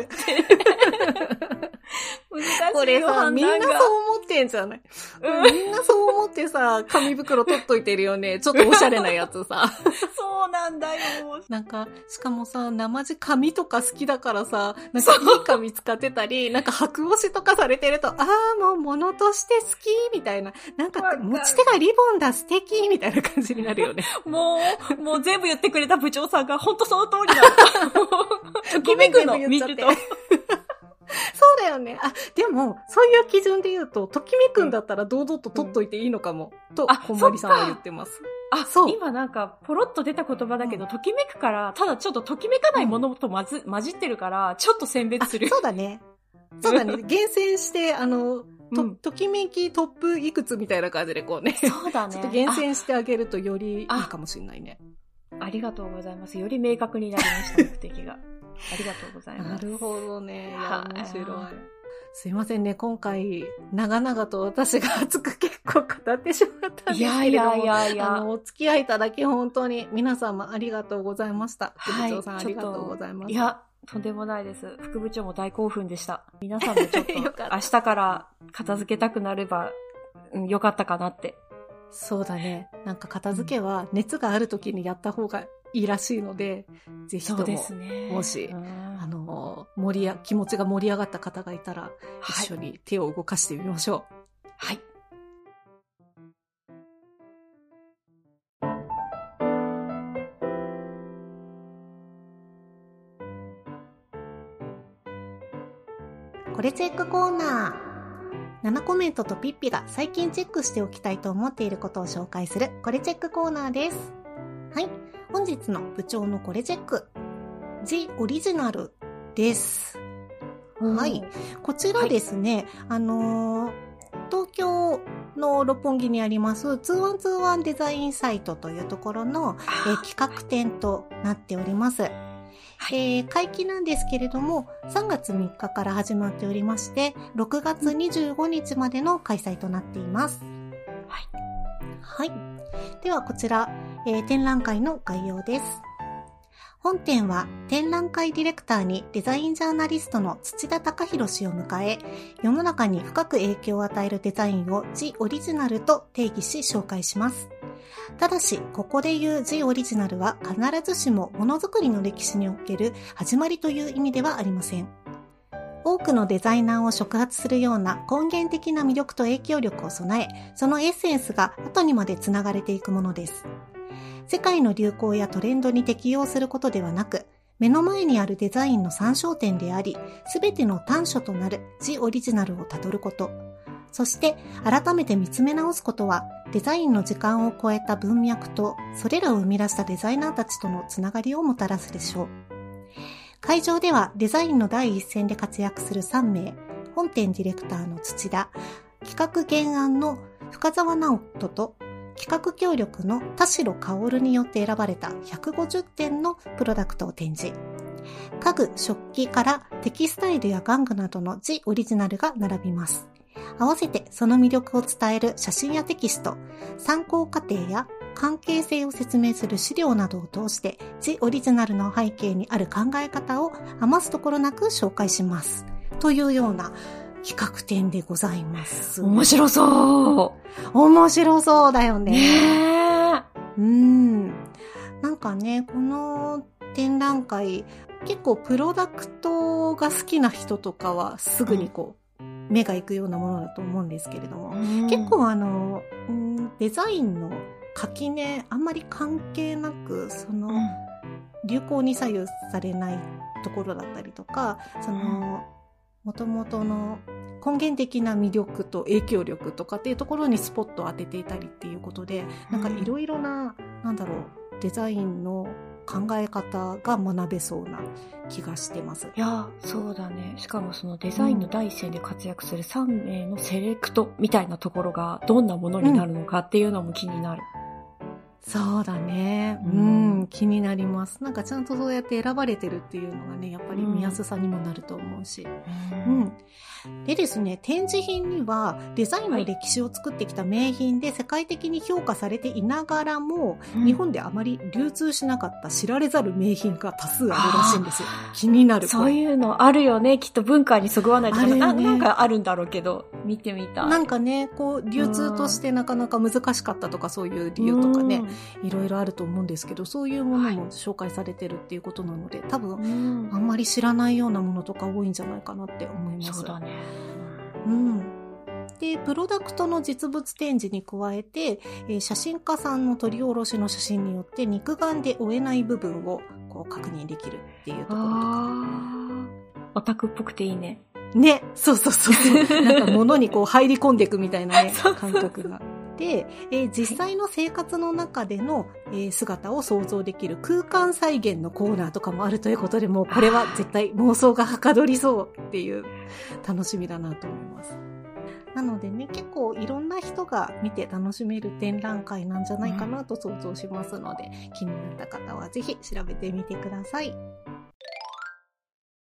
難しいよ。 これさ、みんなそう思ってんじゃない、うん、みんなそう思ってさ、紙袋取っといてるよね。ちょっとおしゃれなやつさ。 そうなんだよ。 なんか、しかもさ、生地紙とか好きだからさ、なんかいい紙使ってたり、なんか白押しとかされてると、ああ、もう物として好きみたいな。なんか、持ち手がリボンだ、素敵みたいな感じになるよね。 もう、もう全部言ってくれた部長さんが、ほんとその通りだった。ときめくの、見ると。 そうだよね。あ、でも、そういう基準で言うと、ときめくんだったら堂々と取っといていいのかも、うん、と、こんまりさんは言ってます。 あ、そう。今なんか、ポロッと出た言葉だけど、うん、ときめくから、ただちょっとときめかないものとまず、うん、混じってるから、ちょっと選別する。 そうだね。そうだね。厳選して、あの、と、うん、ときめきトップいくつみたいな感じでこうね。 そうだね。 ちょっと厳選してあげるとよりいいかもしれないね。 ありがとうございます。より明確になりました、目的が。ありがとうございます。 なるほどね。いや、面白い。 すいませんね、今回、長々と私が熱く結構語ってしまったんですけれども。 いやいやいやいや。 あの、お付き合いいただき本当に皆様ありがとうございました。 はい。 副部長さんありがとうございます。 いや、とんでもないです。副部長も大興奮でした。皆さんもちょっと明日から片付けたくなれば、うん、よかったかなって。 そうだね。なんか片付けは熱がある時にやった方がいいらしいので、ぜひとも、そうですね、もし、あの、盛りや、気持ちが盛り上がった方がいたら、一緒に手を動かしてみましょう。 はい。 これチェックコーナー。ナナコメントとピッピが最近チェックしておきたいと思っていることを紹介するこれチェックコーナーです。はい。本日の部長のこれチェック。ジオリジナルです。はい。こちらですね、はい、あのー、東京の六本木にありますにせんにじゅういちデザインサイトというところの、えー、企画展となっております。えー、会期なんですけれども、さんがつみっかから始まっておりまして、ろくがつにじゅうごにちまでの開催となっています。はい。はい。ではこちら、えー、展覧会の概要です。本展は展覧会ディレクターにデザインジャーナリストの土田隆弘氏を迎え、世の中に深く影響を与えるデザインをジオリジナルと定義し紹介します。ただし、ここで言うジオリジナルは必ずしもものづくりの歴史における始まりという意味ではありません。多くのデザイナーを触発するような根源的な魅力と影響力を備え、そのエッセンスが後にまでつながれていくものです。世界の流行やトレンドに適応することではなく、目の前にあるデザインの参照点であり、すべての短所となるジオリジナルをたどること。そして改めて見つめ直すことは、デザインの時間を超えた文脈と、それらを生み出したデザイナーたちとのつながりをもたらすでしょう。会場ではデザインの第一線で活躍するさんめい、本展ディレクターの土田、企画原案の深澤直人と、企画協力の田代薫によって選ばれたひゃくごじゅってんのプロダクトを展示。家具、食器からテキスタイルや玩具などのジオリジナルが並びます。合わせてその魅力を伝える写真やテキスト、参考過程や関係性を説明する資料などを通してジオリジナルの背景にある考え方を余すところなく紹介します。というような企画展でございます。 面白そう面白そうだよね。 ねうん。なんかね、この展覧会、結構プロダクトが好きな人とかはすぐにこう、うん、目が行くようなものだと思うんですけれども、うん、結構あの、うん、デザインの垣根あんまり関係なく、その、うん、流行に左右されないところだったりとか、その、元々の根源的な魅力と影響力とかっていうところにスポットを当てていたりっていうことで、なんかいろいろな、なんだろう、デザインの考え方が学べそうな気がしてます。 いや、そうだね。しかもそのデザインの第一線で活躍するさんめいのセレクトみたいなところがどんなものになるのかっていうのも気になる。 うん、そうだね。うん、うん、気になります。なんかちゃんとそうやって選ばれてるっていうのがね、やっぱり見やすさにもなると思うし。うん。うんでですね、展示品にはデザインの歴史を作ってきた名品で世界的に評価されていながらも、うん、日本であまり流通しなかった知られざる名品が多数あるらしいんですよ。気になる。 そういうのあるよね。きっと文化にそぐわないとか、ね、な, なんかあるんだろうけど、見てみたい。 なんかね、こう、流通としてなかなか難しかったとかそういう理由とかね、いろいろあると思うんですけど、そういうものも紹介されてるっていうことなので、多分、あんまり知らないようなものとか多いんじゃないかなって思います。 そうだね。 うん。で、プロダクトの実物展示に加えて、えー、写真家さんの撮り下ろしの写真によって肉眼で追えない部分をこう確認できるっていうところとか。 オタクっぽくていいね。 ね、そうそうそうそう。なんか物にこう入り込んでいくみたいなね、感覚が。で、えー、実際の生活の中での、えー、姿を想像できる空間再現のコーナーとかもあるということで、もうこれは絶対妄想がはかどりそうっていう楽しみだなと思います。なのでね、結構いろんな人が見て楽しめる展覧会なんじゃないかなと想像しますので、気になった方はぜひ調べてみてください。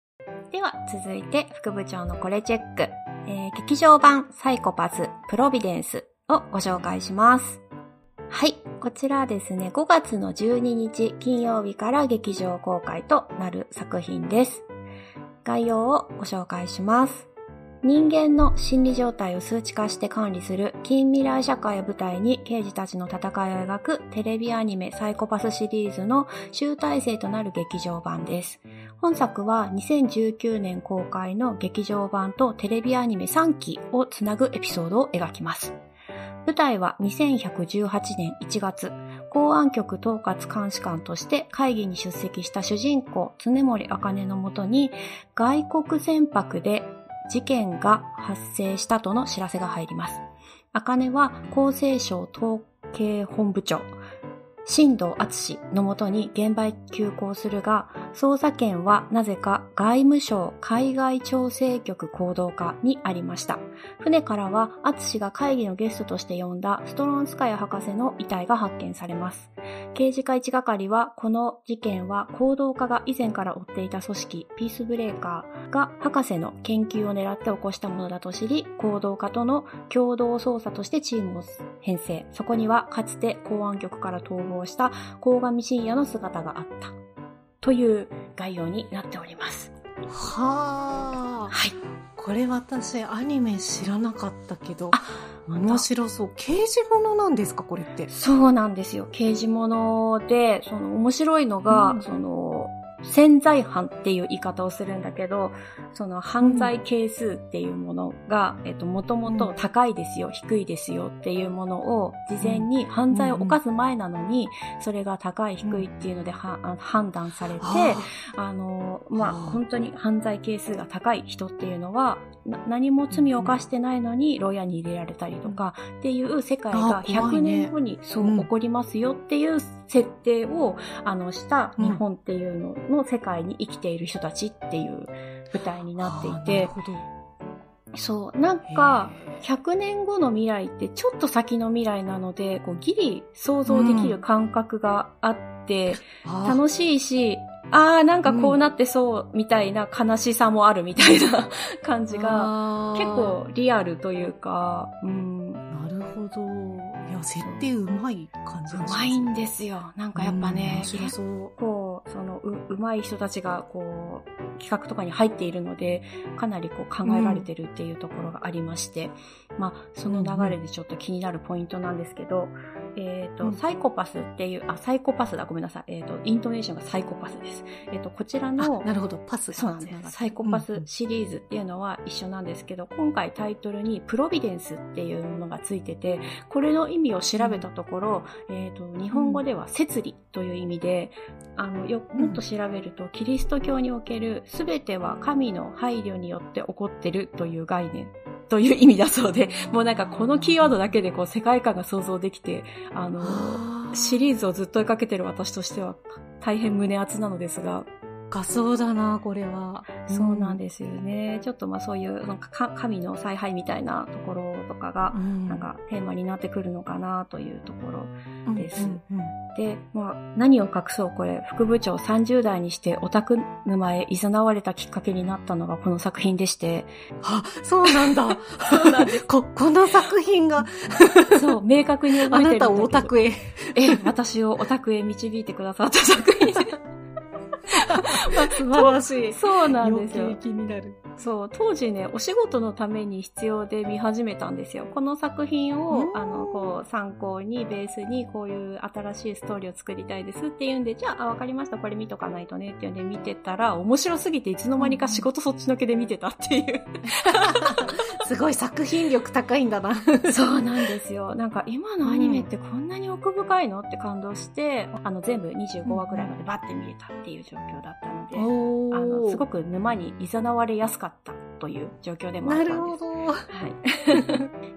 では続いて副部長のこれチェック、えー、劇場版サイコパスプロビデンスをご紹介します。はい、こちらですね、ごがつのじゅうににち金曜日から劇場公開となる作品です。概要をご紹介します。人間の心理状態を数値化して管理する近未来社会を舞台に刑事たちの戦いを描くテレビアニメサイコパスシリーズの集大成となる劇場版です。本作はにせんじゅうきゅうねん公開の劇場版とテレビアニメさんきをつなぐエピソードを描きます。舞台はにせんひゃくじゅうはちねんいちがつ、公安局統括監視官として会議に出席した主人公、常森茜のもとに、外国船舶で事件が発生したとの知らせが入ります。茜は厚生省統計本部長、新藤敦のもとに現場へ急行するが、捜査権はなぜか外務省海外調整局行動課にありました。船からは敦が会議のゲストとして呼んだストロンスカヤ博士の遺体が発見されます。刑事課一係はこの事件は行動課が以前から追っていた組織ピースブレーカーが博士の研究を狙って起こしたものだと知り、行動課との共同捜査としてチームを編成。そこにはかつて公安局から逃亡した鴻上信也の姿があったという概要になっております。 はあ。はい。これ私アニメ知らなかったけど、あ、面白そう。刑事物なんですかこれって？ そうなんですよ。刑事物で、その面白いのが、うん、その潜在犯っていう言い方をするんだけど、その犯罪係数っていうものが、うん、えっと、もともと高いですよ、うん、低いですよっていうものを事前に犯罪を犯す前なのに、うん、それが高い低いっていうのでは、うん、判断されて、あの、まあ、本当に犯罪係数が高い人っていうのは、何も罪を犯してないのに牢屋に入れられたりとかっていう世界がひゃくねんごにそう起こりますよっていう設定をあのした日本っていうのの世界に生きている人たちっていう舞台になっていて、そう、なんかひゃくねんごの未来ってちょっと先の未来なので、こうギリ想像できる感覚があって楽しいし、あーなんかこうなってそうみたいな悲しさもあるみたいな感じが結構リアルというか、うん、 なるほど。いや、設定うまい感じがします。 うまいんですよ。なんかやっぱね、 面白そう。 こうそのううまい人たちがこう企画とかに入っているので、かなりこう考えられてるっていうところがありまして、うん、まあその流れでちょっと気になるポイントなんですけど、うん、えっと、うん、サイコパスっていう、あ、サイコパスだ、ごめんなさい。えっと、イントネーションがサイコパスです。えっと、こちらの、 なるほど、パス。 そうなんです。サイコパスシリーズっていうのは一緒なんですけど、今回タイトルにプロビデンスっていうものがついてて、これの意味を調べたところ、うん、えっと、日本語では摂理という意味で、あの、よ、もっと調べると、キリスト教におけるすべては神の配慮によって起こってるという概念。という意味だそうで、もうなんかこのキーワードだけでこう世界観が想像できて、あの、シリーズをずっと追いかけてる私としては大変胸熱なのですが、 画像だな、これは。 そうなんですよね。うん、ちょっとまあそういうなんか神の采配みたいなところとかが、なんかテーマになってくるのかなというところです。うんうんうん、で、まあ何を隠そうこれ、副部長さんじゅう代にしてオタク沼へ誘われたきっかけになったのがこの作品でして。 あ、そうなんだ。そうなんです。こ、この作品が。 そう、明確に覚えてるんだけど。 あなたをオタクへ。 え、私をオタクへ導いてくださった作品で。 素晴らしい。 そうなんですよ。 余計気になる。 そう、当時ね、お仕事のために必要で見始めたんですよ。この作品を、あの、こう、参考に、ベースに、こういう新しいストーリーを作りたいですっていうんで、じゃあ、あ、わかりました、これ見とかないとねっていうんで見てたら、面白すぎていつの間にか仕事そっちのけで見てたっていう。 すごい作品力高いんだな。 そうなんですよ。なんか今のアニメってこんなに奥深いのって感動して、あの全部にじゅうごわくらいまでバッて見れたっていう状況だったので、うん、あのすごく沼に誘われやすかったという状況でもあったんです。 なるほど。 はい。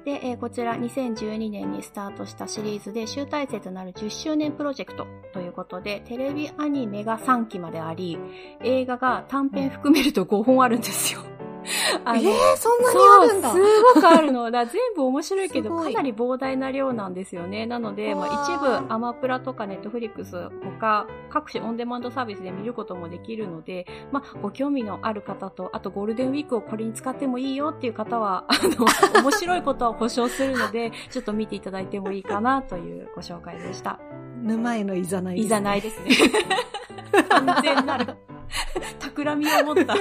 で、えー、こちらにせんじゅうにねんにスタートしたシリーズで集大成となるじゅっしゅうねんプロジェクトということで、テレビアニメがさんきまであり、映画が短編含めるとごほんあるんですよ。 あのえー、そんなにあるんだ。 そう、すごくあるの。だから全部面白いけど、 すごいかなり膨大な量なんですよね。なので、まあ、一部、アマプラとかネットフリックス他、各種オンデマンドサービスで見ることもできるので、まあ、ご興味のある方と、あとゴールデンウィークをこれに使ってもいいよっていう方は、あの、面白いことは保証するので、ちょっと見ていただいてもいいかなというご紹介でした。 沼へのいざないですね。 いざないですね。完全なる。企みを持った。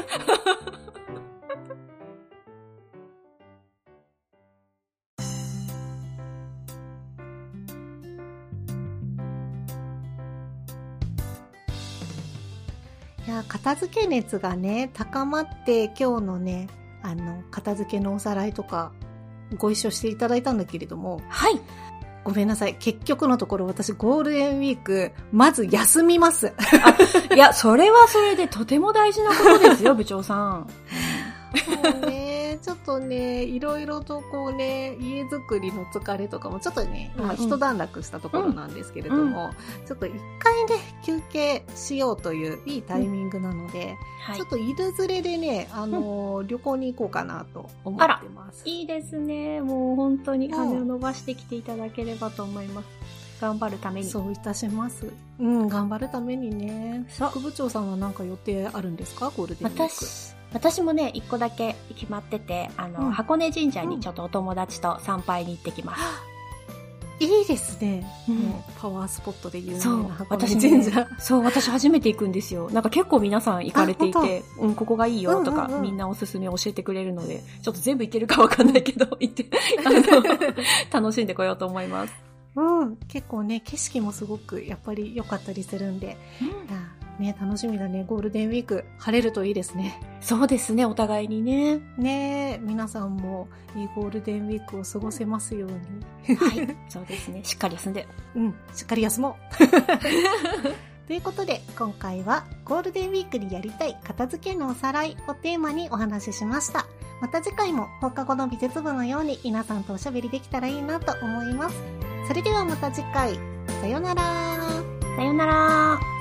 いや、片付け熱がね、高まって、今日のね、あの、片付けのおさらいとか、ご一緒していただいたんだけれども。 はい。 ごめんなさい。結局のところ私ゴールデンウィーク、まず休みます。 あ、いや、それはそれでとても大事なことですよ、部長さん。 もうね、ちょっとね、いろいろとこうね、家づくりの疲れとかもちょっとね、今一段落したところなんですけれども、うん、ちょっと一回ね、休憩しようといういいタイミングなので、うん、ちょっといるずれでね、あの、うん、旅行に行こうかなと思ってます。 いいですね。もう本当に羽を伸ばしてきていただければと思います。頑張るために。 そういたします。うん、頑張るためにね。副部長さんは何か予定あるんですか？ゴールデンウィーク。 私私もね、一個だけ決まってて、あの、うん、箱根神社にちょっとお友達と参拝に行ってきます。 うん、いいですね。うん、もうパワースポットで有名な箱根神社。 そう、ね、そう、私初めて行くんですよ。なんか結構皆さん行かれていて、うん、ここがいいよとか、うんうんうん、みんなおすすめ教えてくれるので、ちょっと全部行けるかわかんないけど、行って、あの、楽しんでこようと思います。 うん、結構ね、景色もすごくやっぱり良かったりするんで、うん、いやね、楽しみだね。ゴールデンウィーク晴れるといいですね。 そうですね、お互いにね。 ね、皆さんもいいゴールデンウィークを過ごせますように。 はい、そうですね。しっかり休んで。 うん、しっかり休もう。ということで、今回はゴールデンウィークにやりたい片付けのおさらいをテーマにお話ししました。また次回も放課後の美術部のように皆さんとおしゃべりできたらいいなと思います。それではまた次回。さよなら。 さよなら。